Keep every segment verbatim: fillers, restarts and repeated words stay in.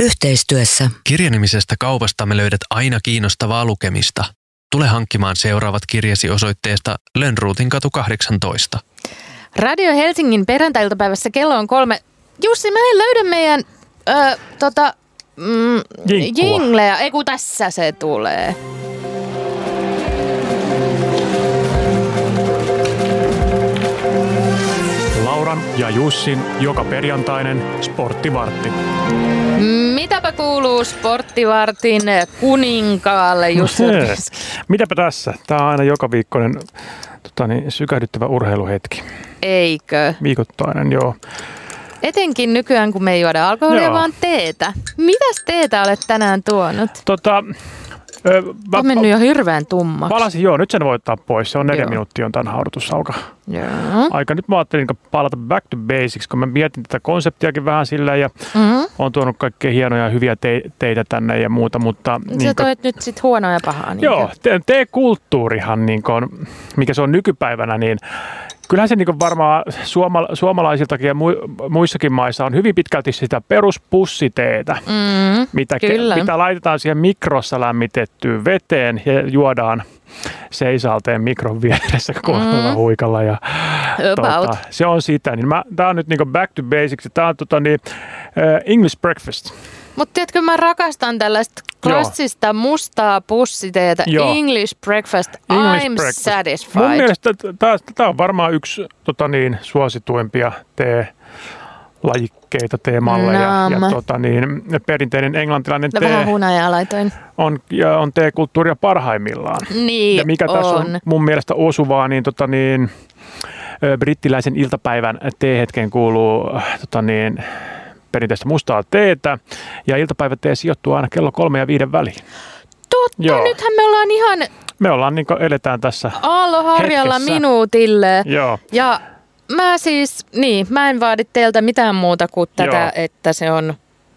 Yhteistyössä. Kirjanimisestä kaupastamme löydät aina kiinnostavaa lukemista. Tule hankkimaan seuraavat kirjasi osoitteesta Lönnruutin katu kahdeksantoista. Radio Helsingin perjantai-iltapäivässä kello on kolme. Jussi, mä en löydä meidän ö, tota, mm, jingleä. Ei kun tässä se tulee. Lauran ja Jussin joka perjantainen sporttivartti. Mitäpä kuuluu sporttivartin kuninkaalle, Jussi? Mitäpä tässä? Tämä on aina joka viikkoinen tota niin, sykähdyttävä urheiluhetki. Eikö? Viikoittainen, joo. Etenkin nykyään, kun me ei juoda alkoholia, joo, vaan teetä. Mitäs teetä olet tänään tuonut? Tota... Öö, mä, on mennyt jo hirveän tummaksi. Palasin, joo, nyt sen voi ottaa pois. Se on neljä joo. minuuttia on tämän haudutussauka. Joo. Aika. Nyt mä ajattelin palata back to basics, kun mä mietin tätä konseptiakin vähän sillä ja mm-hmm. on tuonut kaikkea hienoja hyviä te- teitä tänne ja muuta, mutta... Sä niin toit kun, nyt sit huonoa ja pahaa. Niin joo, te- teekulttuurihan, niin kun, mikä se on nykypäivänä, niin kyllähän se niin varmaan suoma- suomalaisiltakin ja mu- muissakin maissa on hyvin pitkälti sitä peruspussiteetä, mm, mitä, ke- mitä laitetaan siihen mikrossa lämmitettyyn veteen ja juodaan seisalteen mikron vieressä kohdalla mm. huikalla. Ja, tuota, se on sitä. Niin tämä on nyt niin back to basics. Tämä on tota, niin, uh, English breakfast. Mutta tiedätkö, mä rakastan tällaista klassista joo. mustaa pussiteetä. Joo. English breakfast, English I'm breakfast. Satisfied. Mun mielestä tämä on varmaan yksi tota niin, suosituimpia teelajikkeita, teemalleja. Ja, ja tota niin, perinteinen englantilainen no, tee vähän hunajaa laitoin. On, ja on teekulttuuria parhaimmillaan. Niin ja mikä on. tässä on mun mielestä osuvaa, niin, tota niin brittiläisen iltapäivän teehetkeen kuuluu tota niin, perinteistä mustaa teetä, ja iltapäivätee sijoittuu aina kello kolme ja viiden väliin. Totta, joo. Nythän me ollaan ihan... Me ollaan niin kuin eletään tässä aalloharjalla hetkessä. Minuutille. Joo. Ja mä siis, niin, mä en vaadi teiltä mitään muuta kuin tätä, joo. että se on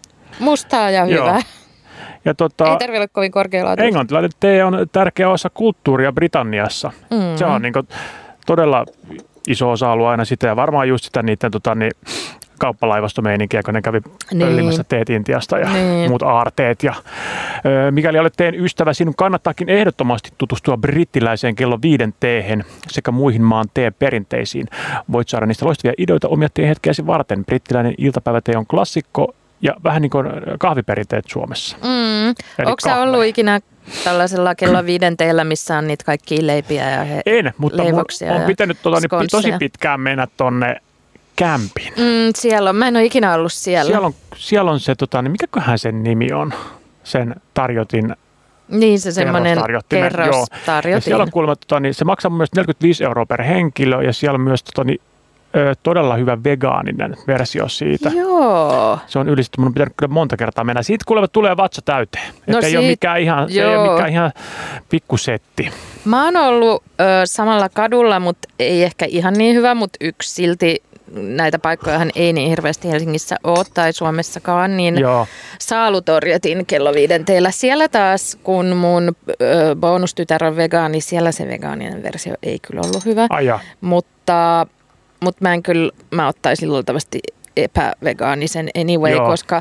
mustaa ja hyvä. Joo. Ja tota, ei tarvitse olla kovin korkealaatuista. Englantilainen tee on tärkeä osa kulttuuria Britanniassa. Mm. Se on niin kuin todella iso osa-alue aina sitä, ja varmaan just sitä niiden tota, niin, kauppalaivastomeininkiä, kun ne kävi pöllimässä niin. teet Intiasta ja niin. muut aarteet. Ja, ö, mikäli olet teen ystävä, sinun kannattaakin ehdottomasti tutustua brittiläiseen kello viiden teehen sekä muihin maan teeperinteisiin. Voit saada niistä loistavia ideoita omia teehetkeäsi varten. Brittiläinen iltapäivätee on klassikko ja vähän niin kuin kahviperinteet Suomessa. Mm. Onko sä ollut ikinä tällaisella kello viiden teellä, missä on niitä kaikkia leipiä ja he- En, mutta on pitänyt tota, niin, tosi pitkään mennä tonne kämpin. Mm, siellä on. Mä en ole ikinä ollut siellä. Siellä on, siellä on se, tota, niin mikäköhän sen nimi on, sen tarjotin. Niin, se semmoinen kerrostarjotin. Ja siellä on kuulemma, tota, niin, se maksaa myös neljäkymmentäviisi euroa per henkilö, ja siellä on myös tota, niin, todella hyvä vegaaninen versio siitä. Joo. Se on ylistetty, mun on pitänyt kyllä monta kertaa mennä. Siitä kuulemma tulee vatsa täyteen. No että ei ole mikään ihan, se ei ole mikään ihan pikkusetti. Mä oon ollut ö, samalla kadulla, mutta ei ehkä ihan niin hyvä, mutta yksi silti näitä paikkojahan ei niin hirveästi Helsingissä ole tai Suomessakaan, niin joo. Saalutorjotin kello viiden teillä. Siellä taas, kun mun ö, bonustytär on vegaani, siellä se vegaaninen versio ei kyllä ollut hyvä. Aja. Mutta, mutta mä en kyllä, mä ottaisin luultavasti epävegaanisen anyway, joo. koska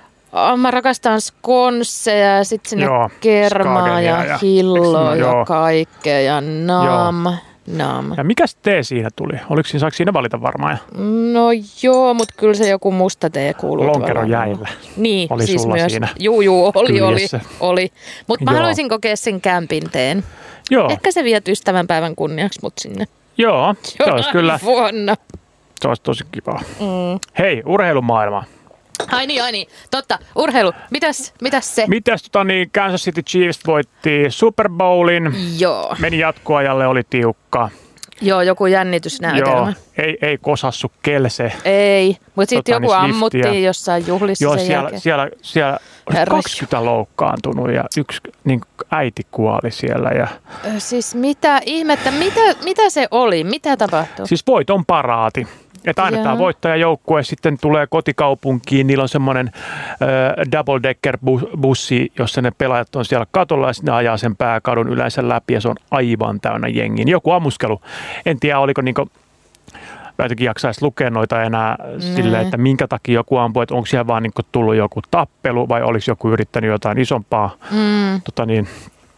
oh, mä rakastan skonsseja ja sitten sinne joo, kermaa ja, ja hilloa ja joo. kaikkea ja nam. Joo. Nam. Ja mikäs tee siinä tuli? Oliko siinä, saako siinä valita varmaan? No joo, mutta kyllä se joku musta tee kuuluu. Lonkero jäillä. Niin, oli siis sulla myös. Siinä Juu, juu, oli, oli, oli. Mutta mä haluaisin kokea sen kämpin teen. Joo. Ehkä se viet ystävänpäivän kunniaksi mut sinne. Joo, se olisi kyllä. Vuonna. Se olisi tosi kivaa. Mm. Hei, urheilumaailma. Ai niin, ai niin. Totta, urheilu. Mitäs, mitäs se? Mitäs tota niin, Kansas City Chiefs voitti Super Bowlin. Joo. Meni jatkoajalle, oli tiukka. Joo, joku jännitysnäytelmä. Joo, ei, ei kosassu kelse. Ei, mutta sitten tota, joku niin ammuttiin jossain juhlissa joo, sen siellä, jälkeen. siellä, siellä oli kaksikymmentä loukkaantunut ja yksi niin äiti kuoli siellä. Ja siis mitä ihmettä, mitä, mitä se oli? Mitä tapahtui? Siis voiton paraati. Että aina tämä voittajajoukkue sitten tulee kotikaupunkiin, niillä on semmoinen äh, double-decker-bussi, jossa ne pelaajat on siellä katolla ja sitten ne ajaa sen pääkadun yleensä läpi ja se on aivan täynnä jengiä. Joku ammuskelu, en tiedä oliko niinku jotenkin jaksaisi lukea noita enää mm. silleen, että minkä takia joku ampuu, että onko siellä vaan niin tullut joku tappelu vai oliko joku yrittänyt jotain isompaa mm. tota niin,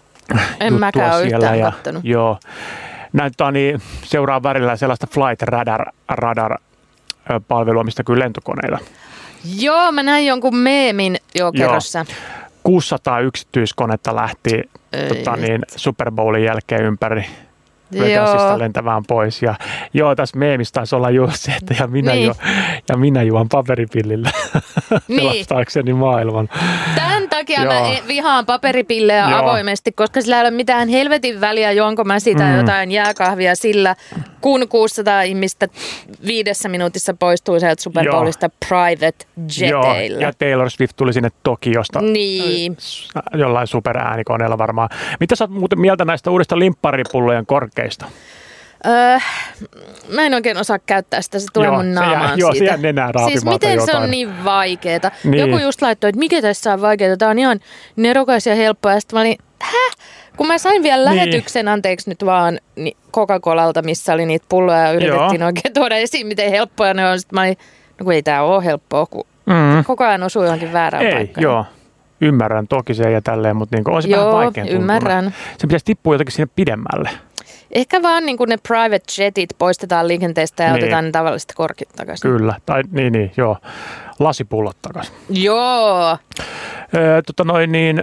en mäkään ole yhtään ja, kattonut. Joo. Näyttää niin seuraa värillä sellaista Flight Radar, radar palvelua, mistä kyllä lentokoneita. Joo, mä näin jonkun meemin jo kerrossa. kuusisataa yksityiskonetta lähti tota niin, Super Bowlin jälkeen ympäri Vegasista lentämään pois. Ja joo, tässä meemissä taisi olla just se, että ja minä, niin. jo, ja minä juon paperipillillä niin. pelastaakseni maailman. Tämän takia joo. mä vihaan paperipillejä joo. avoimesti, koska sillä ei ole mitään helvetin väliä, juonko mä sitä mm. jotain jääkahvia sillä, kun kuusisataa ihmistä viidessä minuutissa poistuu sieltä Super Bowlista joo. private jeteillä. Joo, ja Taylor Swift tuli sinne Tokiosta niin. jollain superäänikoneella varmaan. Mitä sä oot muuten mieltä näistä uudesta limpparipullojen korkeista? Öö, mä en oikein osaa käyttää sitä, se tulee joo, mun naamaan jää, joo, siitä. Joo, siis miten jotain. Se on niin vaikeeta? Niin. Joku just laittoi, että mikä tässä on vaikeeta, tää on ihan nerokas ja helppoa. Ja sitten mä olin, häh? Kun mä sain vielä niin. lähetyksen, anteeksi nyt vaan, niin Coca-Colalta, missä oli niitä pulloja ja yritettiin joo. oikein tuoda esiin, miten helppoja ne on. Sitten mä olin, no kun ei tää ole helppoa, kun mm. koko ajan osuu johonkin väärään ei, paikkaan. Joo. Ymmärrän toki se ja tälleen, mutta niin on se joo, vähän vaikea tuntuna. Ymmärrän. Se pitäisi tippua jotenkin sinne pidemmälle. Ehkä vaan niin kuin ne private jetit poistetaan liikenteestä ja niin. otetaan ne tavalliset korkit takaisin. Kyllä, tai niin, niin joo. Lasipullot takaisin. Joo. Öö, tota noin niin,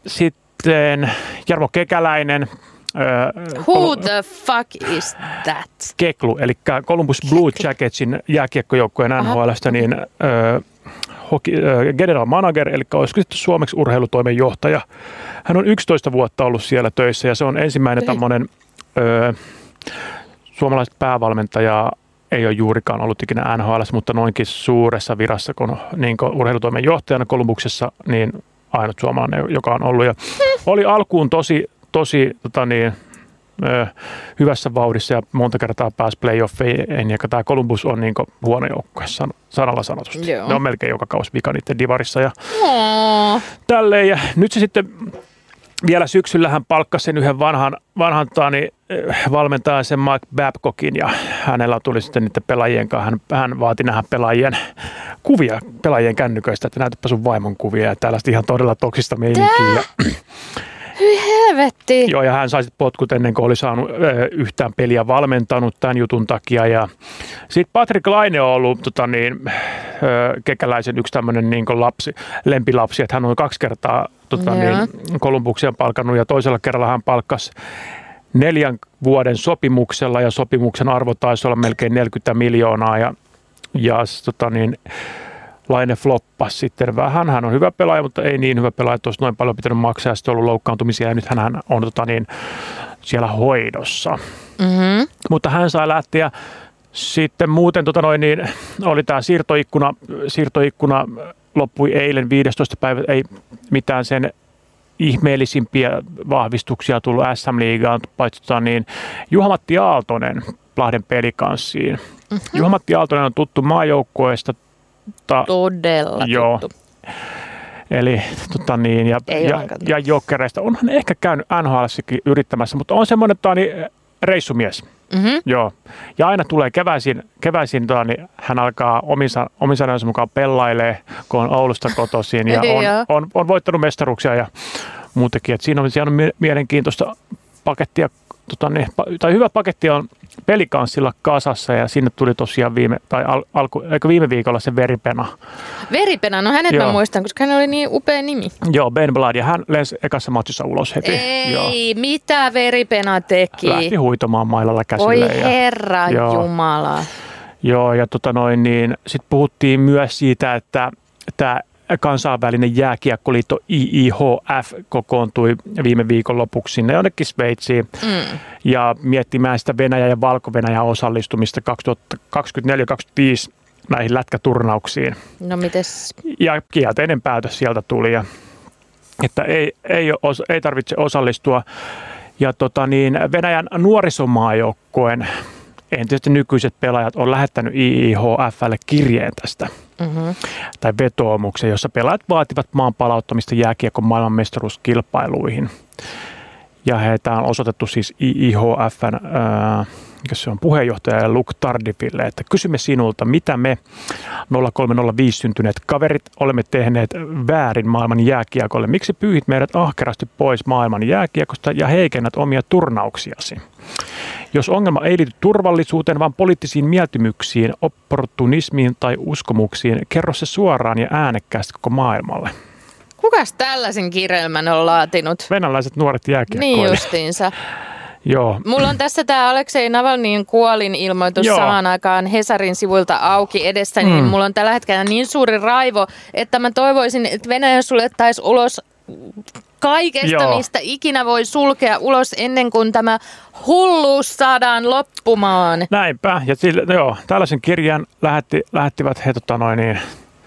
sitten Jarmo Kekäläinen. Öö, Who kol- the fuck is that? Keklu, eli Columbus Blue Jacketsin jääkiekkojoukkueen N H L:stä, niin öö, hoki, öö, general manager, eli olisiko sitten suomeksi urheilutoimenjohtaja. Hän on yksitoista vuotta ollut siellä töissä ja se on ensimmäinen tämmöinen Öö, suomalaiset päävalmentajaa ei ole juurikaan ollut ikinä N H L:ssä, mutta noinkin suuressa virassa, kun niin kuin urheilutoimen johtajana Columbuksessa, niin ainut suomalainen, joka on ollut. Ja oli alkuun tosi, tosi tota niin, öö, hyvässä vauhdissa ja monta kertaa pääsi playoffeihin, ja tämä Columbus on niin kuin huono joukkue sanalla sanotusti. Joo. Ne on melkein joka kausi vika niiden divarissa ja oh. tälleen. Ja nyt se sitten vielä syksyllä hän palkkasi sen yhden vanhan, vanhan taani, valmentajan sen Mike Babcockin ja hänellä tuli sitten niiden pelaajien kanssa. Hän, hän vaati nähdä pelaajien kuvia pelaajien kännyköistä, että näytäpä sun vaimon kuvia ja tällaista ihan todella toksista meininkiä. Hyi helvetti. Joo, ja hän sai sitten potkut ennen kuin oli saanut ö, yhtään peliä valmentanut tämän jutun takia. Ja sitten Patrick Laine on ollut tota niin, ö, Kekäläisen yksi tämmöinen niin kuin lapsi, lempilapsi, että hän on kaksi kertaa tota niin, Columbuksia palkannut ja toisella kerralla hän palkkasi neljän vuoden sopimuksella ja sopimuksen arvo taisi olla melkein neljäkymmentä miljoonaa ja, ja tota niin, Laine floppasi sitten vähän. Hän on hyvä pelaaja, mutta ei niin hyvä pelaaja, että olisi noin paljon pitänyt maksaa ja sitten on ollut loukkaantumisia ja nyt hän on tota niin, siellä hoidossa. Mm-hmm. Mutta hän sai lähteä. Sitten muuten tota noin, niin oli tämä siirtoikkuna, siirtoikkuna loppui eilen viidestoista päivä, ei mitään sen ihmeellisimpiä vahvistuksia tullut S M-liigaan, paitsi tota niin, Juha-Matti Aaltonen Lahden Pelikanssiin. Mm-hmm. Juha-Matti Aaltonen on tuttu maajoukkueesta. Ta, Todella joo. tuttu. Eli tota niin, ja, ja, ja Jokereista. Onhan ehkä käynyt N H L:ssäkin yrittämässä, mutta on semmoinen tani, reissumies. Mm-hmm. Joo. Ja aina tulee keväisin, keväisin tani, hän alkaa ominsa, omin sanansa mukaan pellailee, kun on Oulusta kotoisin ja on, on, on voittanut mestaruuksia ja muutenkin. Et siinä on, siinä on mielenkiintoista pakettia, tota niin, tai hyvä paketti on Pelikanssilla kasassa ja sinne tuli tosiaan viime, tai al, alku, eikö viime viikolla se Veripena. Veripena, no hänet Joo. mä muistan, koska hän oli niin upea nimi. Joo, Ben Blood ja hän lensi ekassa matsissa ulos heti. Ei, Joo. mitä Veripena teki? Lähti huitomaan mailalla käsille. Oi herra ja, jumala. Joo, ja tota noin, niin sitten puhuttiin myös siitä, että tämä kansainvälinen jääkiekkoliitto I I H F kokoontui viime viikon lopuksi sinne jonnekin Sveitsiin mm. ja miettimään sitä Venäjä ja Valko-Venäjän osallistumista kaksituhattakaksikymmentäneljä kaksikymmentäviisi näihin lätkäturnauksiin. No mites? Ja kielteinen päätös sieltä tuli, ja, että ei, ei, os, ei tarvitse osallistua. Ja tota niin, Venäjän nuorisomaajoukkueen entiset nykyiset pelaajat on lähettänyt I I H F:lle kirjeen tästä. Mm-hmm. Tai vetoomuksen, jossa pelaajat vaativat maan palauttamista jääkiekon maailmanmestaruuskilpailuihin. Ja heitä on osoitettu siis I I H F:n ää, jos se on puheenjohtaja Luke Tardifille, että kysymme sinulta, mitä me nolla kolme nolla viisi syntyneet kaverit olemme tehneet väärin maailman jääkiekolle. Miksi pyyhit meidät ahkerasti pois maailman jääkiekosta ja heikennät omia turnauksiasi? Jos ongelma ei liity turvallisuuteen, vaan poliittisiin mieltymyksiin, opportunismiin tai uskomuksiin, kerro se suoraan ja äänekkäästi koko maailmalle. Kukas tällaisen kirjelmän on laatinut? Venäläiset nuoret jääkiekkoilijat. Niin justiinsa. Joo. Mulla on tässä tämä Aleksei Navalnin kuolinilmoitus Joo. samaan aikaan Hesarin sivuilta auki edessä, niin mm. mulla on tällä hetkellä niin suuri raivo, että mä toivoisin, että Venäjä suljettaisiin ulos kaikesta, Joo. mistä ikinä voi sulkea ulos ennen kuin tämä hulluus saadaan loppumaan. Näinpä. Ja sille, joo, tällaisen kirjan lähetti, lähettivät he tota noin niin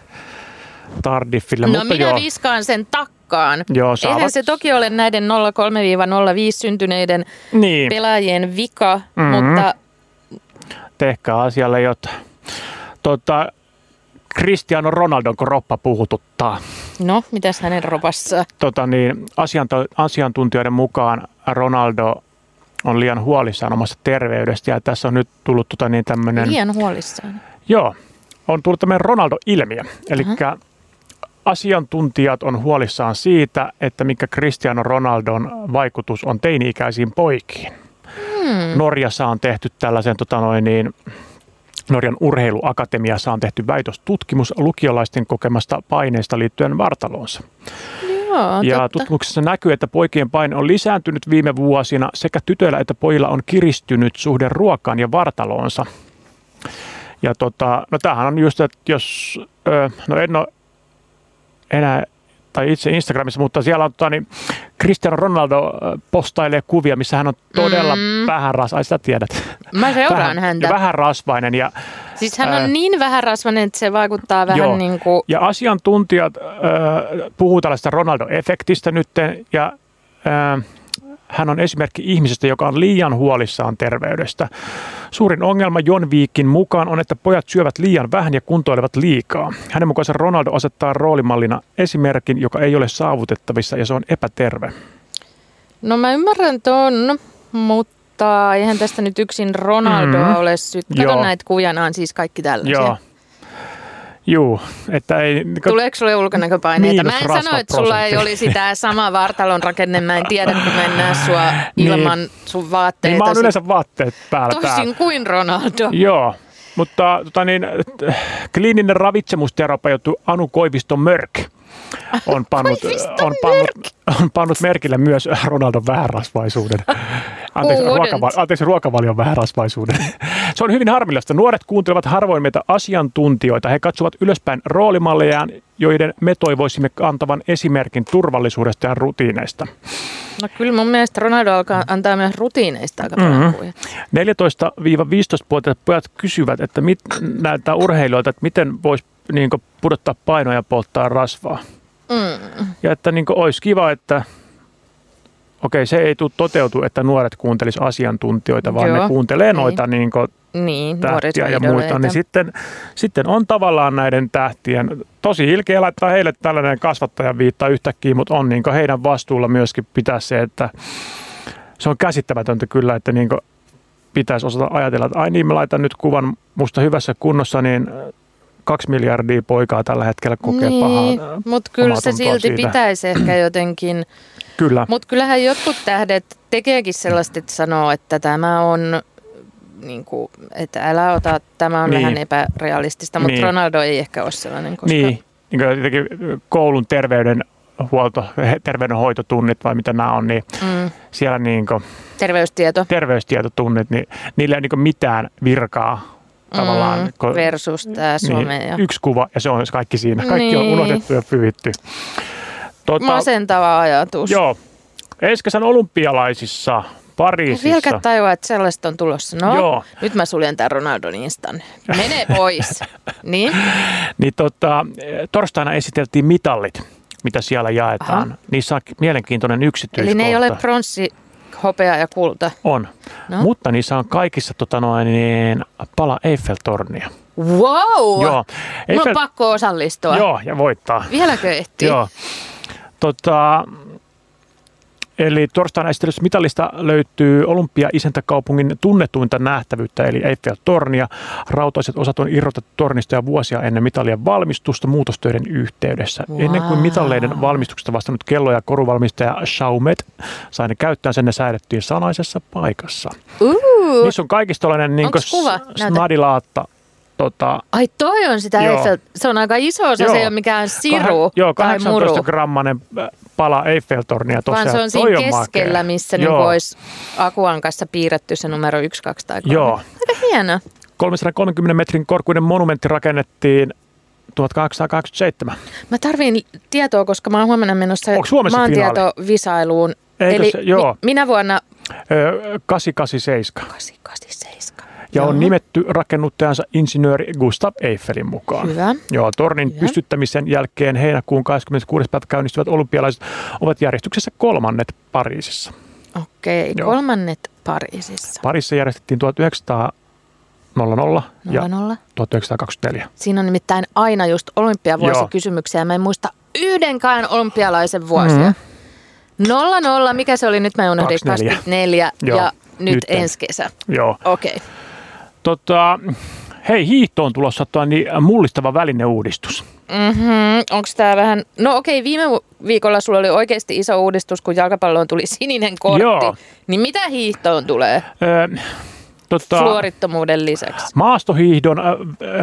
Tardifille. No mutta minä joo. viskaan sen takkaan. Joo, saavat... Eihän se toki ole näiden nolla kolme nolla viisi syntyneiden niin. pelaajien vika, mm-hmm. mutta... Tehkää asialle jotain. Tota, Cristiano Ronaldon roppa puhututtaa. No, mitäs hänen ropassaan? Tota niin, asiantuntijoiden mukaan Ronaldo on liian huolissaan omasta terveydestä ja tässä on nyt tullut tota niin tämmöinen... Liian huolissaan? Joo, on tullut tämmöinen Ronaldo-ilmiö. Eli uh-huh. asiantuntijat on huolissaan siitä, että mikä Cristiano Ronaldon vaikutus on teini-ikäisiin poikiin. Hmm. Norjassa on tehty tällaisen tota noin niin... Norjan urheiluakatemiassa on tehty väitöstutkimus lukiolaisten kokemasta paineesta liittyen vartaloonsa. Joo, ja totta. tutkimuksessa näkyy, että poikien paine on lisääntynyt viime vuosina. Sekä tytöillä että pojilla on kiristynyt suhde ruokaan ja vartaloonsa. Ja tota, no tämähän on just, että jos, no en ole enää, tai itse Instagramissa, mutta siellä on tota, niin Cristiano Ronaldo postailee kuvia, missä hän on todella mm. vähän rasvainen. Ai sitä tiedät. Mä seuraan vähän, häntä. Ja vähän rasvainen. Ja, siis hän on ää, niin vähän rasvainen, että se vaikuttaa vähän joo. niin kuin... Ja asiantuntijat äh, puhuu tällaista Ronaldo-efektistä nytten, ja äh, hän on esimerkki ihmisestä, joka on liian huolissaan terveydestä. Suurin ongelma Jon Viikin mukaan on, että pojat syövät liian vähän ja kuntoilevat liikaa. Hänen mukaansa Ronaldo asettaa roolimallina esimerkin, joka ei ole saavutettavissa ja se on epäterve. No mä ymmärrän ton, mutta eihän tästä nyt yksin Ronaldoa mm. ole syyt. Kato näitä kuvia, nämä on siis kaikki tällaisia. Joo. Juu, että ei... Tuleeko sulle ulkonäköpaineita? Mä en sano, että sulla ei olisi tämä sama vartalon rakenne. Mä en tiedä, kun mä en näe sua ilman niin. sun vaatteita. Niin mä oon yleensä vaatteet päällä. Toisin päällä. Kuin Ronaldo. Joo, mutta tota niin, kliininen ravitsemusterapeutti Anu Koivisto-Mörk on pannut, on, pannut, on pannut merkille myös Ronaldon vähärasvaisuuden. Anteeksi, ruokavali, anteeksi ruokavalion vähärasvaisuuden. Se on hyvin harmillista. Nuoret kuuntelevat harvoin meitä asiantuntijoita. He katsovat ylöspäin roolimallejaan, joiden me toivoisimme antavan esimerkin turvallisuudesta ja rutiineista. No kyllä mun mielestä Ronaldo alkaa antaa myös rutiineista aika paljon mm-hmm. neljätoista-viisitoistavuotiaat pojat kysyvät, että mit, näiltä urheilijoilta, että miten voisi niin kuin pudottaa painoa ja polttaa rasvaa. Mm. Ja että niin kuin olisi kiva, että okei, se ei tule toteutu, että nuoret kuuntelisi asiantuntijoita, vaan Joo, ne kuuntelee ei. noita niin kuin niin, tähtiä ja muita. Niin sitten, sitten on tavallaan näiden tähtien, tosi ilkeä laittaa heille tällainen kasvattajan viitta yhtäkkiä, mutta on niin kuin heidän vastuulla myöskin pitää se, että se on käsittämätöntä kyllä, että niin kuin pitäisi osata ajatella, että ai niin, mä laitan nyt kuvan musta hyvässä kunnossa, niin kaksi miljardia poikaa tällä hetkellä kokee niin, pahaa. Mutta kyllä se silti siitä. Pitäisi ehkä jotenkin. Kyllä. Mutta kyllähän jotkut tähdet tekeekin sellaista, että sanoo, että tämä on, niin kuin, että älä ota, tämä on niin. vähän epärealistista, mutta niin. Ronaldo ei ehkä ole sellainen. Koska... Niin, niin jotenkin koulun terveydenhuolto, terveydenhoitotunnit vai mitä nämä on, niin mm. siellä niin kuin, Terveystieto. terveystietotunnit, niin niillä ei niin kuin mitään virkaa. Tavallaan, mm, versus tämä some. Niin, ja... Yksi kuva ja se on kaikki siinä. Kaikki niin. on unohdettu ja pyhitty. Tuota, masentava ajatus. Joo. Ensi kesän olympialaisissa Pariisissa. Vieläkään tajua, että sellaista on tulossa. No, joo. Nyt mä suljen tämän Ronaldon instan. Mene pois. niin? niin tota, torstaina esiteltiin mitallit, mitä siellä jaetaan. Aha. Niissä on mielenkiintoinen yksityiskohta. Eli ne ei ole pronssi, hopea ja kulta. On, no. Mutta niissä on kaikissa tota noin, niin, pala Eiffel-tornia. Wow! Joo. Eiffel... Mun on pakko osallistua. Joo, ja voittaa. Vieläkö ehtii? Joo. Tota, Eli torstain esittelyssä mitallista löytyy Olympia-isäntäkaupungin tunnetuinta nähtävyyttä, eli Eiffel-tornia. Rautaiset osat on irrotettu tornista jo vuosia ennen mitallien valmistusta muutostöiden yhteydessä. Wow. Ennen kuin mitalleiden valmistuksesta vastannut kello- ja koruvalmistaja Chaumet sai ne käyttöön, sen ne säädettiin salaisessa paikassa. Uh. Niissä on kaikista tällainen niin snadilaatta. Tota, Ai toi on sitä Eiffel, se on aika iso, se, se ei ole mikään siru Kah- joo, tai muru. kahdeksantoista grammanen pala Eiffel-tornia tuossa. Vaan se on siinä keskellä, makea. Missä niin olisi Akuan kanssa piirretty se numero yksi, kaksi tai kolme. Joo. Aika hieno. kolmesataakolmekymmentä metrin korkuinen monumentti rakennettiin tuhatkahdeksansataakahdeksankymmentäseitsemän. Mä tarviin tietoa, koska mä oon huomenna menossa maantietovisailuun. Eikö Eli se, joo. Mi- minä vuonna? Öö, kahdeksansataakahdeksankymmentäseitsemän. kahdeksansataakahdeksankymmentäseitsemän. Ja Joo. on nimetty rakennuttajansa insinööri Gustav Eiffelin mukaan. Hyvä. Joo, tornin Hyvä. pystyttämisen jälkeen heinäkuun kahdeskymmeneskuudes päivä käynnistyvät olympialaiset ovat järjestyksessä kolmannet Pariisissa. Okei, Joo. kolmannet Pariisissa. Pariisissa järjestettiin tuhatyhdeksänsataa ja tuhatyhdeksänsataakaksikymmentäneljä. Siinä on nimittäin aina just olympiavuosikysymyksiä. Mä en muista yhdenkään olympialaisen vuosia. Mm-hmm. Nolla nolla, mikä se oli nyt? Mä unohdin kaksikymmentäneljä ja nyt, nyt ensi kesä. Joo. Okei. Okay. Tota, hei, hiihto on tulossa tuo niin mullistava välineuudistus. Mm-hmm. Onko tämä vähän... No okei, okay, viime viikolla sulla oli oikeasti iso uudistus, kun jalkapalloon tuli sininen kortti. Joo. Niin mitä hiihtoon tulee? Öö, Tota, fluorittomuuden lisäksi. Maastohiihdon äh,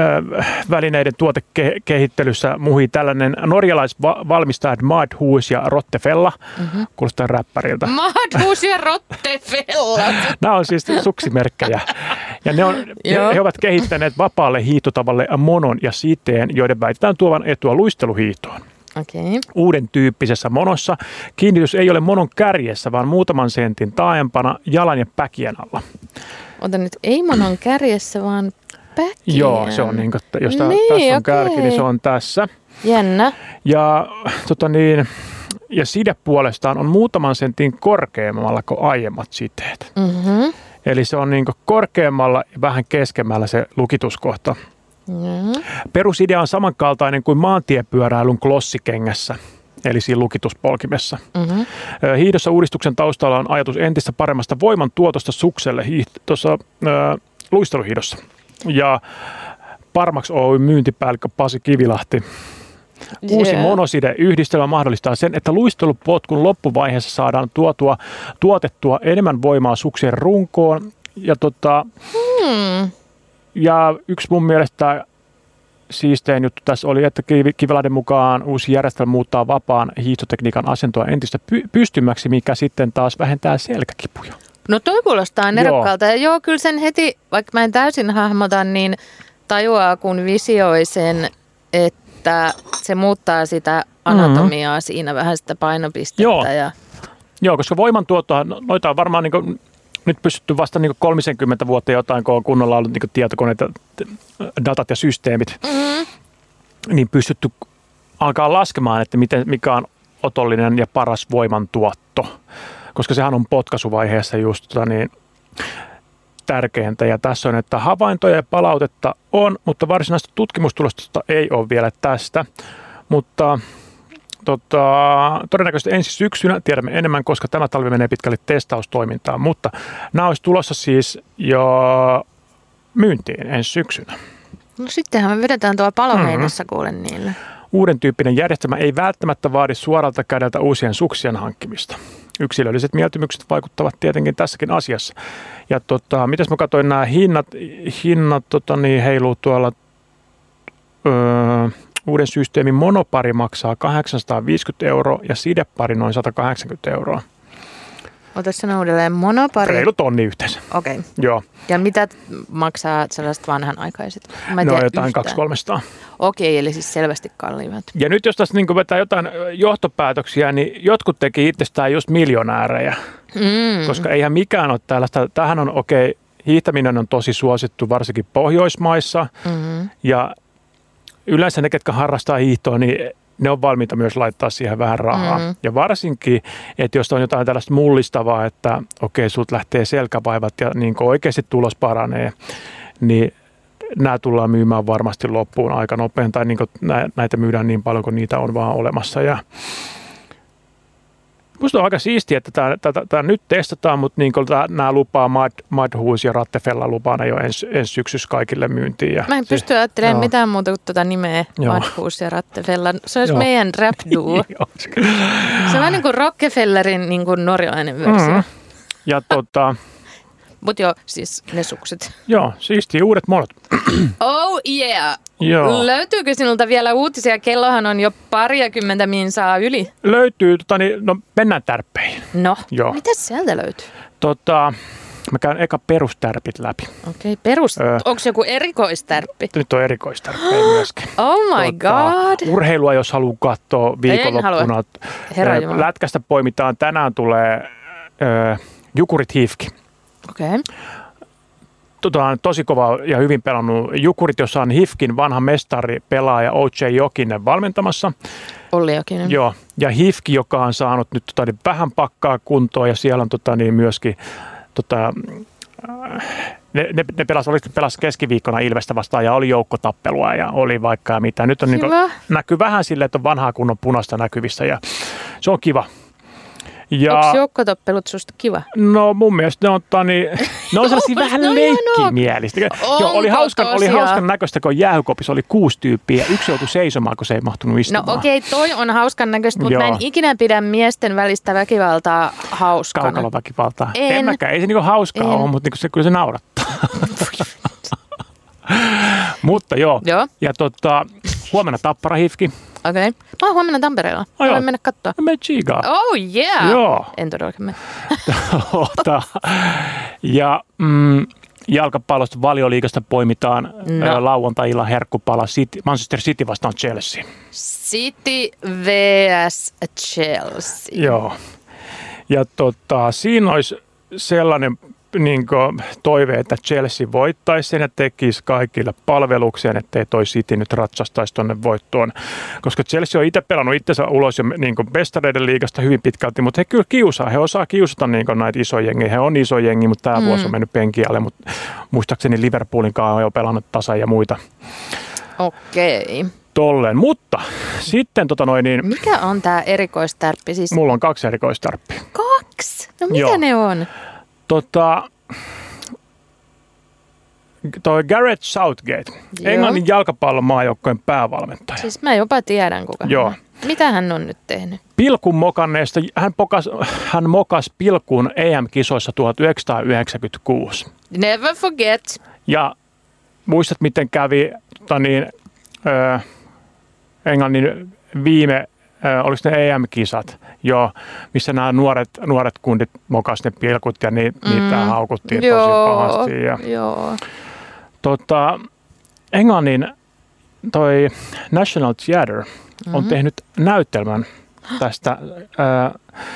äh, välineiden tuotekehittelyssä muhii tällainen norjalaisvalmistaja Madhus ja Rottefella. Mm-hmm. Kuulostaa räppäriltä. Madhus ja Rottefella. Nämä on siis suksimerkkejä. Ja ne on, he, he ovat kehittäneet vapaalle hiihtotavalle monon ja siteen, joiden väitetään tuovan etua luisteluhiihtoon. Okay. Uuden tyyppisessä monossa kiinnitys ei ole monon kärjessä, vaan muutaman sentin taaempana jalan ja päkien alla. Ota nyt, ei monon kärjessä, vaan päkien. Joo, se on niin kuin, jos niin, tässä on okay. kärki, niin se on tässä. Jännä. Ja, tota niin, ja side puolestaan on muutaman sentin korkeammalla kuin aiemmat siteet. Mm-hmm. Eli se on niin kuin korkeammalla ja vähän keskemmällä se lukituskohta. Mm-hmm. Perusidea on samankaltainen kuin maantiepyöräilyn klossikengässä, eli siinä lukituspolkimessa. Mm-hmm. Hiihdossa uudistuksen taustalla on ajatus entistä paremmasta voimantuotosta sukselle hiihto, tuossa äh, luisteluhiihdossa. Ja Parmax Oy myyntipäällikkö Pasi Kivilahti. Uusi yeah. monoside-yhdistelmä mahdollistaa sen, että luistelupotkun loppuvaiheessa saadaan tuotua, tuotettua enemmän voimaa suksien runkoon. Ja, tota, hmm. ja yksi mun mielestä siistein juttu tässä oli, että Kivilahden mukaan uusi järjestelmä muuttaa vapaan hiihtotekniikan asentoa entistä py- pystymäksi, mikä sitten taas vähentää selkäkipuja. No toi kuulostaa nerokkaalta. Ja joo, kyllä sen heti, vaikka mä en täysin hahmota, niin tajuaa, kun visioi sen, että se muuttaa sitä anatomiaa mm-hmm. siinä vähän sitä painopistettä. Joo, ja... joo koska voimantuottoa, noita on varmaan niin kuin, nyt pystytty vasta niin kolmekymmentä vuotta jotain, kun on kunnolla ollut niin tietokoneet, datat ja systeemit, mm-hmm. niin pystytty alkaa laskemaan, että miten, mikä on otollinen ja paras voimantuotto, koska sehän on potkaisuvaiheessa just tota, niin, tärkeintä. Ja tässä on, että havaintoja ja palautetta on, mutta varsinaista tutkimustulosta ei ole vielä tästä, mutta Tota, todennäköisesti ensi syksynä tiedämme enemmän, koska tämä talvi menee pitkälle testaustoimintaan, mutta nämä olisi tulossa siis jo myyntiin ensi syksynä. No sittenhän me vedetään tuolla Paloheinässä mm-hmm. kuulen niille. Uuden tyyppinen järjestelmä ei välttämättä vaadi suoralta kädeltä uusien suksien hankkimista. Yksilölliset mieltymykset vaikuttavat tietenkin tässäkin asiassa. Ja tota, mitäs mä katsoin, nämä hinnat, hinnat tota, niin heiluu tuolla... Öö, Uuden systeemin monopari maksaa kahdeksansataaviisikymmentä euroa ja sidepari noin sata kahdeksankymmentä euroa. Ota sen uudelleen, monopari. Reilu tonni yhteensä. Okei. Okay. Joo. Ja mitä maksaa sellaiset vanhanaikaiset? Mä no jotain kaksi kolmesataa. Okei, eli siis selvästi kalliimmat. Ja nyt jos tässä niin vetää jotain johtopäätöksiä, niin jotkut teki itsestään just miljonäärejä. Mm. Koska eihän mikään ole tällaista. Tämähän on okei, okay, hiihtäminen on tosi suosittu varsinkin Pohjoismaissa. Mm-hmm. Ja yleensä ne, ketkä harrastaa hiihtoa, niin ne on valmiita myös laittaa siihen vähän rahaa. Mm. Ja varsinkin, että jos on jotain tällaista mullistavaa, että okei, okay, sulta lähtee selkävaivat ja niin oikeasti tulos paranee, niin nämä tullaan myymään varmasti loppuun aika nopein. Tai niin näitä myydään niin paljon, kun niitä on vaan olemassa. Ja Musta on aika siistiä, että tämä nyt testataan, mutta niin nämä lupaa Mad, Madhouse ja Rattefella lupaa ne jo ensi, ensi syksyssä kaikille myyntiin. Ja mä en pysty ajattelemaan joo. mitään muuta kuin tuota nimeä, joo. Madhouse ja Rattefella. Se olisi joo. meidän rap-duo. Se on vähän niin kuin Rockefellerin niin kuin norjalainen versio. Mm. Ja tota... Mutta joo, siis ne sukset. Joo, siistiä uudet monot. Oh yeah! Joo. Löytyykö sinulta vielä uutisia? Kellohan on jo pariakymmentä minsaa yli. Löytyy, tota, niin, no mennään tärppeihin. No, joo. Mitä sieltä löytyy? Tota, mä käyn eka perustärpit läpi. Okei, okay, perus. Öö, Onko joku erikoistärppi? Nyt on erikoistärppejä myöskin. Oh my tota, god! Urheilua, jos haluaa katsoa viikonloppuna. Lätkästä poimitaan. Tänään tulee öö, Jukurit Hifki. Okei. Okay. Tota, tosi kova ja hyvin pelannut Jukurit, jossa on Hifkin vanha mestari pelaaja O J Jokinen valmentamassa. Olli Jokinen. Joo, ja Hifki, joka on saanut nyt tota, niin vähän pakkaa kuntoon ja siellä on tota, niin myöskin tota, ne, ne, ne pelasi, pelasi keskiviikkona Ilvestä vastaan ja oli joukkotappelua ja oli vaikka ja mitä. Nyt on niin kuin, näkyy vähän silleen, että on vanhaa kunnon punaista näkyvissä ja se on kiva. Ja, onko joukkotappelut susta kiva? No mun mielestä ne on, tani, ne on sellaisia vähän no, leikkimielistä. Joo, oli hauskan, oli hauskan näköistä, kun jäähykopissa oli kuusi tyyppiä ja yksi joutui seisomaan, kun se ei mahtunut istumaan. No okei, okay, toi on hauskan näköistä, mutta mä en ikinä pidä miesten välistä väkivaltaa hauskana. Kaukaloväkivaltaa. En, en mäkään, ei se niinku hauskaa en. ole, mutta niinku se, kyllä se naurattaa. Mutta joo, joo. Ja tota, huomenna Tappara Hifki. Okei. Okay. Mä oon huomenna Tampereella. Haluan mennä katsoa. Me chigaa. Oh yeah! Joo. En todellakaan mene. Ja mm, jalkapallosta Valioliigasta poimitaan no. lauantai-illan herkkupala City, Manchester City vastaan Chelsea. City versus Chelsea. Joo. Ja tota, siinä olisi sellainen niin kuin toive, että Chelsea voittaisi sen ja tekisi kaikille palvelukseen, ettei toi City nyt ratsastaisi tuonne voittoon. Koska Chelsea on itse pelannut itsensä ulos jo niin kuin Mestareiden liigasta hyvin pitkälti, mutta he kyllä kiusaa. He osaa kiusata niin kuin näitä isoja jengiä. He on iso jengi, mutta tämä mm. vuosi on mennyt penkialle, mutta muistaakseni Liverpoolin kanssa on jo pelannut tasa ja muita. Okei. Okay. Tolleen, mutta sitten tota noin niin... Mikä on tämä erikoistärppi? Siis... Mulla on kaksi erikoistärppiä. Kaksi? No mitä Joo. ne on? Tota, toi Gareth Southgate, Joo. Englannin jalkapallomaajoukkojen päävalmentaja. Siis mä jopa tiedän kuka Joo. hän. Mitä hän on nyt tehnyt? Pilkun mokanneesta, hän, pokas, hän mokas pilkun E M-kisoissa tuhatyhdeksänsataayhdeksänkymmentäkuusi. Never forget. Ja muistat, miten kävi tota niin, äh, Englannin viime... Oliko ne E M-kisat, jo, missä nämä nuoret, nuoret kundit mokasivat ne pilkut ja ni, mm. niitä haukuttiin joo, tosi pahasti. Ja, joo. Tota, Englannin toi National Theatre mm-hmm. on tehnyt näytelmän tästä äh,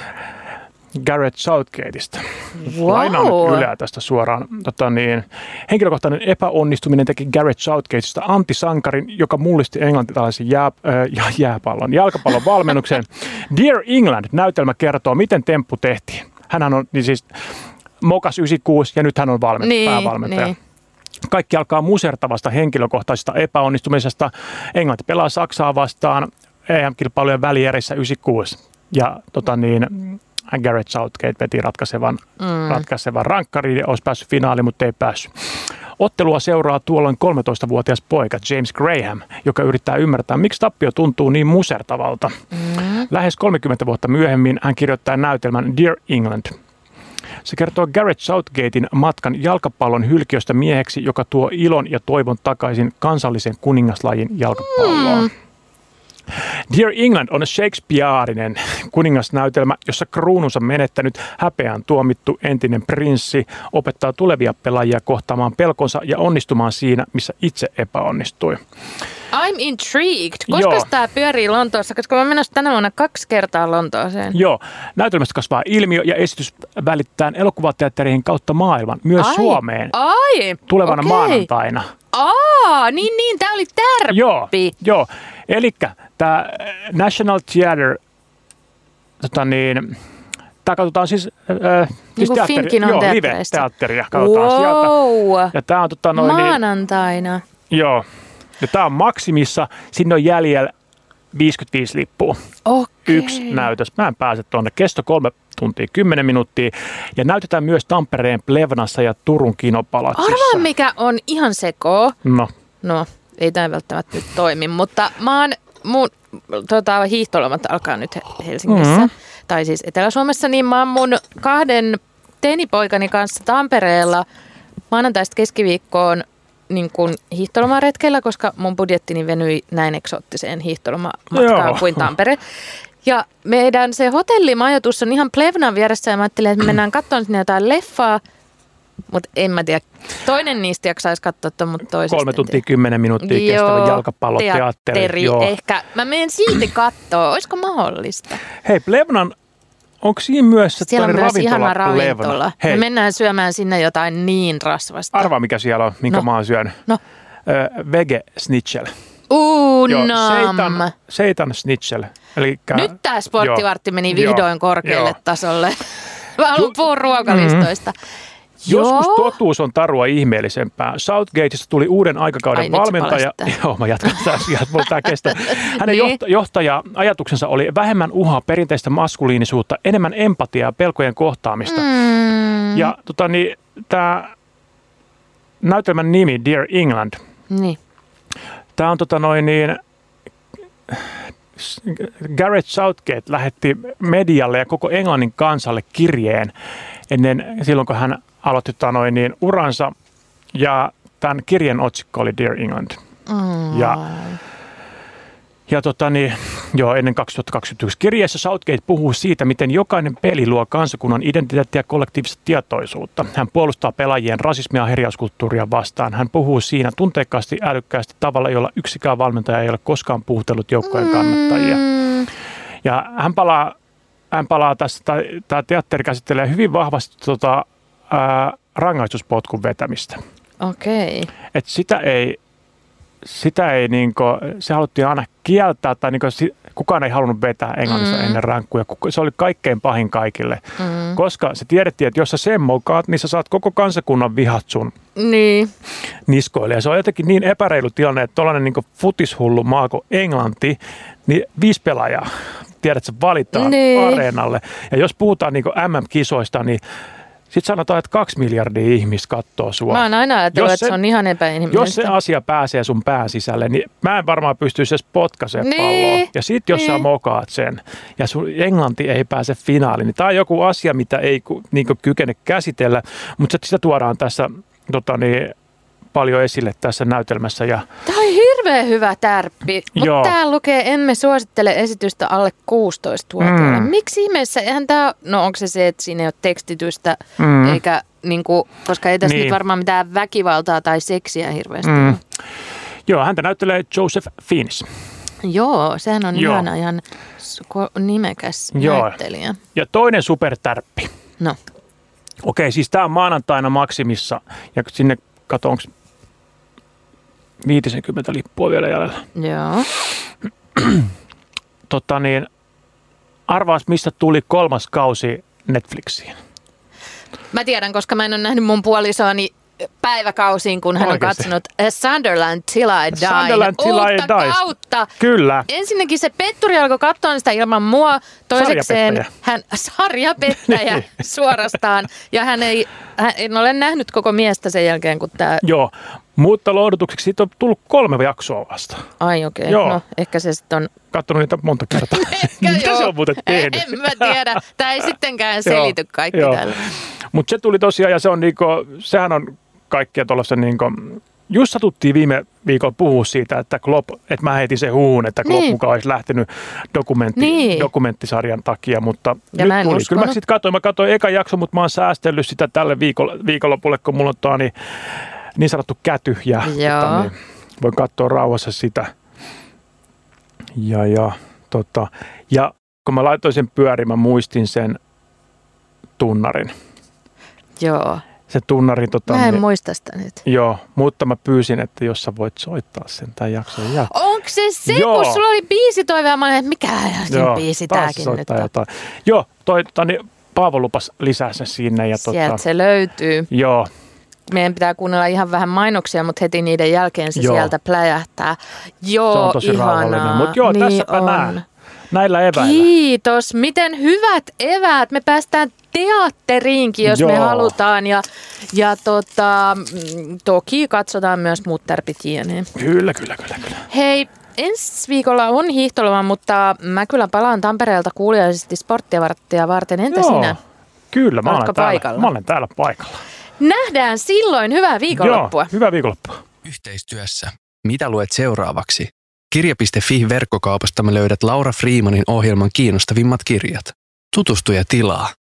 Gareth Southgateista. Wow. Lainaan nyt Yleä tästä suoraan. Tota niin, henkilökohtainen epäonnistuminen teki Gareth Southgateista antisankarin, joka mullisti englantilaisen jää, äh, jääpallon, jalkapallon valmennuksen. Dear England -näytelmä kertoo, miten temppu tehtiin. Hänhän on niin siis mokas yhdeksänkymmentäkuusi ja nyt hän on valmentaja, niin, päävalmentaja. Niin. Kaikki alkaa musertavasta henkilökohtaisesta epäonnistumisesta. Englanti pelaa Saksaa vastaan E M-kilpailujen välierissä yhdeksänkymmentäkuusi. Ja tota niin... Gareth Southgate veti ratkaisevan, mm. ratkaisevan rankkariin ja olisi päässyt finaaliin, mutta ei päässyt. Ottelua seuraa tuolloin kolmetoistavuotias poika James Graham, joka yrittää ymmärtää, miksi tappio tuntuu niin musertavalta. Mm. Lähes kolmekymmentä vuotta myöhemmin hän kirjoittaa näytelmän Dear England. Se kertoo Gareth Southgatein matkan jalkapallon hylkiöstä mieheksi, joka tuo ilon ja toivon takaisin kansallisen kuningaslajin jalkapalloon. Mm. Dear England on shakespearinen kuningasnäytelmä, jossa kruununsa menettänyt häpeään tuomittu entinen prinssi opettaa tulevia pelaajia kohtaamaan pelkonsa ja onnistumaan siinä, missä itse epäonnistui. I'm intrigued. Koska tämä pyörii Lontoossa? Koska mä oon menossa tänä vuonna kaksi kertaa Lontooseen. Joo. Näytelmästä kasvaa ilmiö ja esitys välittää elokuvateattereihin kautta maailman, myös ai, Suomeen. Ai, tulevana okay. maanantaina. Aa, niin niin, tää oli tärppi. Joo, joo. Elikkä tämä National Theatre, tota niin, tää katsotaan siis, äh, siis niin teatteri, joo, live-teatteria katsotaan wow. sieltä. Ja tää on tota noin... Maanantaina. Niin, joo. Ja tää on maksimissa, sinne on jäljellä viisikymmentäviisi lippua. Okei. Yksi näytös. Mä en pääse tuonne. Kesto kolme tuntia, kymmenen minuuttia. Ja näytetään myös Tampereen Plevnassa ja Turun Kinopalatsissa. Arvaa, mikä on ihan sekoo. No. No, ei tämä välttämättä nyt toimi, mutta mä oon, mun tota, hiihtolomat alkaa nyt Helsingissä, mm-hmm. tai siis Etelä-Suomessa, niin mä oon mun kahden teinipoikani kanssa Tampereella maanantaista keskiviikkoon niin kuin hiihtolomaretkellä, koska mun budjettini venyi näin eksoottiseen hiihtolomamatkaan Joo. kuin Tampere. Ja meidän se hotellimajoitus on ihan Plevnan vieressä ja mä ajattelin, että me mennään katsomaan sinne jotain leffaa. Mutta en mä tiedä. Toinen niistä jaksaisi katsoa tuon, mutta toisesta Kolme tuntia, kymmenen minuuttia kestävä jalkapalloteatteri. Joo, ehkä. Mä menen silti katsoa. Olisiko mahdollista? Hei, Plevnan, onko siinä myös se siellä on myös ravintola? Ihana ravintola. Hei. Me mennään syömään sinne jotain niin rasvasta. Arvaa, mikä siellä on, minkä no. mä oon syönyt. No. Ö, vege snitchel. Uu, Joo, nam. seitan, seitan snitchel. Elikkä, nyt tää sporttivartti jo, meni vihdoin jo, korkealle jo. tasolle. Mä haluan puhua ruokalistoista. Mm-hmm. Joskus Joo. totuus on tarua ihmeellisempää. Southgateista tuli uuden aikakauden Ai, valmentaja. Joo, mä jatkan tässä. Tämä kestää. Hänen niin. johtaja ajatuksensa oli vähemmän uhaa perinteistä maskuliinisuutta, enemmän empatiaa, pelkojen kohtaamista. Mm. Ja tota, niin, tämä näytelmän nimi, Dear England. Niin. Tämä on tota noin niin... Gareth Southgate lähetti medialle ja koko Englannin kansalle kirjeen ennen silloin, kun hän aloitti tota noin, niin, uransa. Ja tämän kirjeen otsikko oli Dear England. Mm. Ja, ja tota, niin, joo, ennen kaksituhattakaksikymmentäyksi kirjeessä Southgate puhuu siitä, miten jokainen peli luo kansakunnan identiteettiä ja kollektiivista tietoisuutta. Hän puolustaa pelaajien rasismia ja herjauskulttuuria vastaan. Hän puhuu siinä tunteikkaasti, älykkäästi tavalla, jolla yksikään valmentaja ei ole koskaan puhutellut joukkojen kannattajia. Mm. Ja hän palaa, hän palaa tässä, tämä teatteri käsittelee hyvin vahvasti tota, ää, rangaistuspotkun vetämistä. Okei. Okay. Että sitä ei... Sitä ei niinku, se haluttiin aina kieltää, tai niinku, kukaan ei halunnut vetää Englannissa mm. ennen rankkuja. Se oli kaikkein pahin kaikille, mm. koska se tiedettiin, että jos sä sen mokaat, niin sä saat koko kansakunnan vihat sun niin. niskoille. Ja se on jotenkin niin epäreilu tilanne, että tuollainen niinku futishullu maa kuin Englanti, niin viisi pelaajaa, tiedät, sä valitaan niin. areenalle. Ja jos puhutaan niinku M M-kisoista, niin sitten sanotaan, että kaksi miljardia ihmistä katsoo sua. Mä oon aina ajatellut, että se on ihan epäinhimillistä. Jos se asia pääsee sun pään sisälle, niin mä en varmaan pystyisi edes potkaisemaan niin, palloa. Ja sit jos niin. sä mokaat sen ja sun Englanti ei pääse finaaliin, niin tää on joku asia, mitä ei niin kykene käsitellä. Mutta sitä tuodaan tässä tota niin, paljon esille tässä näytelmässä. Ja tämä on hirveän hyvä tärppi, mutta täällä lukee, emme suosittele esitystä alle kuusitoista-vuotiaille. Mm. Miksi ihmeessä? Eihän tää, no onko se se, että siinä ei ole tekstitystä, mm. eikä, niinku, koska ei tässä niin. nyt varmaan mitään väkivaltaa tai seksiä hirveästi. Mm. Joo, häntä näyttelee Joseph Fiennes. Joo, sehän on Joo. ihana, ihan nimekäs Joo. näyttelijä. Ja toinen supertärppi. No. Okei, siis tää on maanantaina Maksimissa ja sinne, kato, onko viisikymmentä lippua vielä jäljellä. Joo. Tota niin, arvaas, mistä tuli kolmas kausi Netflixiin? Mä tiedän, koska mä en ole nähnyt mun puolisoani päiväkausiin, kun hän Oikeasti. on katsonut Sunderland Till I Die. Sunderland Till I Die. Kautta. Kyllä. Ensinnäkin se Petturi alkoi katsoa sitä ilman mua. Toisekseen hän sarjapettäjä suorastaan. Ja hän ei, hän, en ole nähnyt koko miestä sen jälkeen, kun tämä... Joo, mutta lohdutukseksi siitä on tullut kolme jaksoa vasta. Ai okei, okay. No ehkä se sitten on... Katsonut niitä monta kertaa. Mitä joo. se on muuten tehnyt? En mä tiedä. Tämä ei sittenkään selity kaikki täällä. Mutta se tuli tosiaan, ja se on niinku, sehän on kaikkia tuollaisen niinku, just satuttiin viime viikolla puhua siitä, että Klopp, että mä heitin sen huun, että Klopp niin. mukaan olisi lähtenyt dokumentti, niin. dokumenttisarjan takia, mutta ja nyt tuli. Kyllä mä sitten katsoin, mä katsoin eka jakso, mutta mä oon säästellyt sitä tälle viikolla, viikonlopulle, kun mulla on tuo niin, niin sanottu käty, ja tota, niin, voin katsoa rauhassa sitä. Ja, ja, tota, ja kun mä laitoin sen pyörin, mä muistin sen tunnarin. Joo. Se tunnari... Tota, mä en niin, muista sitä nyt. Joo, mutta mä pyysin, että jos sä voit soittaa sen tämän jakson. Ja... Onko se se, joo. kun sulla oli biisitoive ja mä olin, että mikä sen biisi tääkin nyt on? Jotain. Joo, toi, toi, Paavo lupas lisää sen sinne. Ja Sieltä tota, se löytyy. Joo, meidän pitää kuunnella ihan vähän mainoksia, mutta heti niiden jälkeen se joo. sieltä pläjähtää. Joo, se on tosi ihanaa. Mutta joo, niin tässäpä nää. Näillä eväillä. Kiitos. Miten hyvät eväät. Me päästään teatteriinkin, jos joo. me halutaan. Ja, ja tota, toki katsotaan myös Mutterpitieneen. Kyllä, kyllä, kyllä, kyllä. Hei, ensi viikolla on hiihtoloma, mutta mä kyllä palaan Tampereelta kuuliaisesti sporttiavarttia varten. Entä joo. sinä? Kyllä, mä olen, täällä, mä olen täällä paikalla. Nähdään silloin. Hyvää viikonloppua. Joo, hyvää viikonloppua. Yhteistyössä. Mitä luet seuraavaksi? Kirja piste fi verkkokaupasta me löydät Laura Freemanin ohjelman kiinnostavimmat kirjat. Tutustu ja tilaa.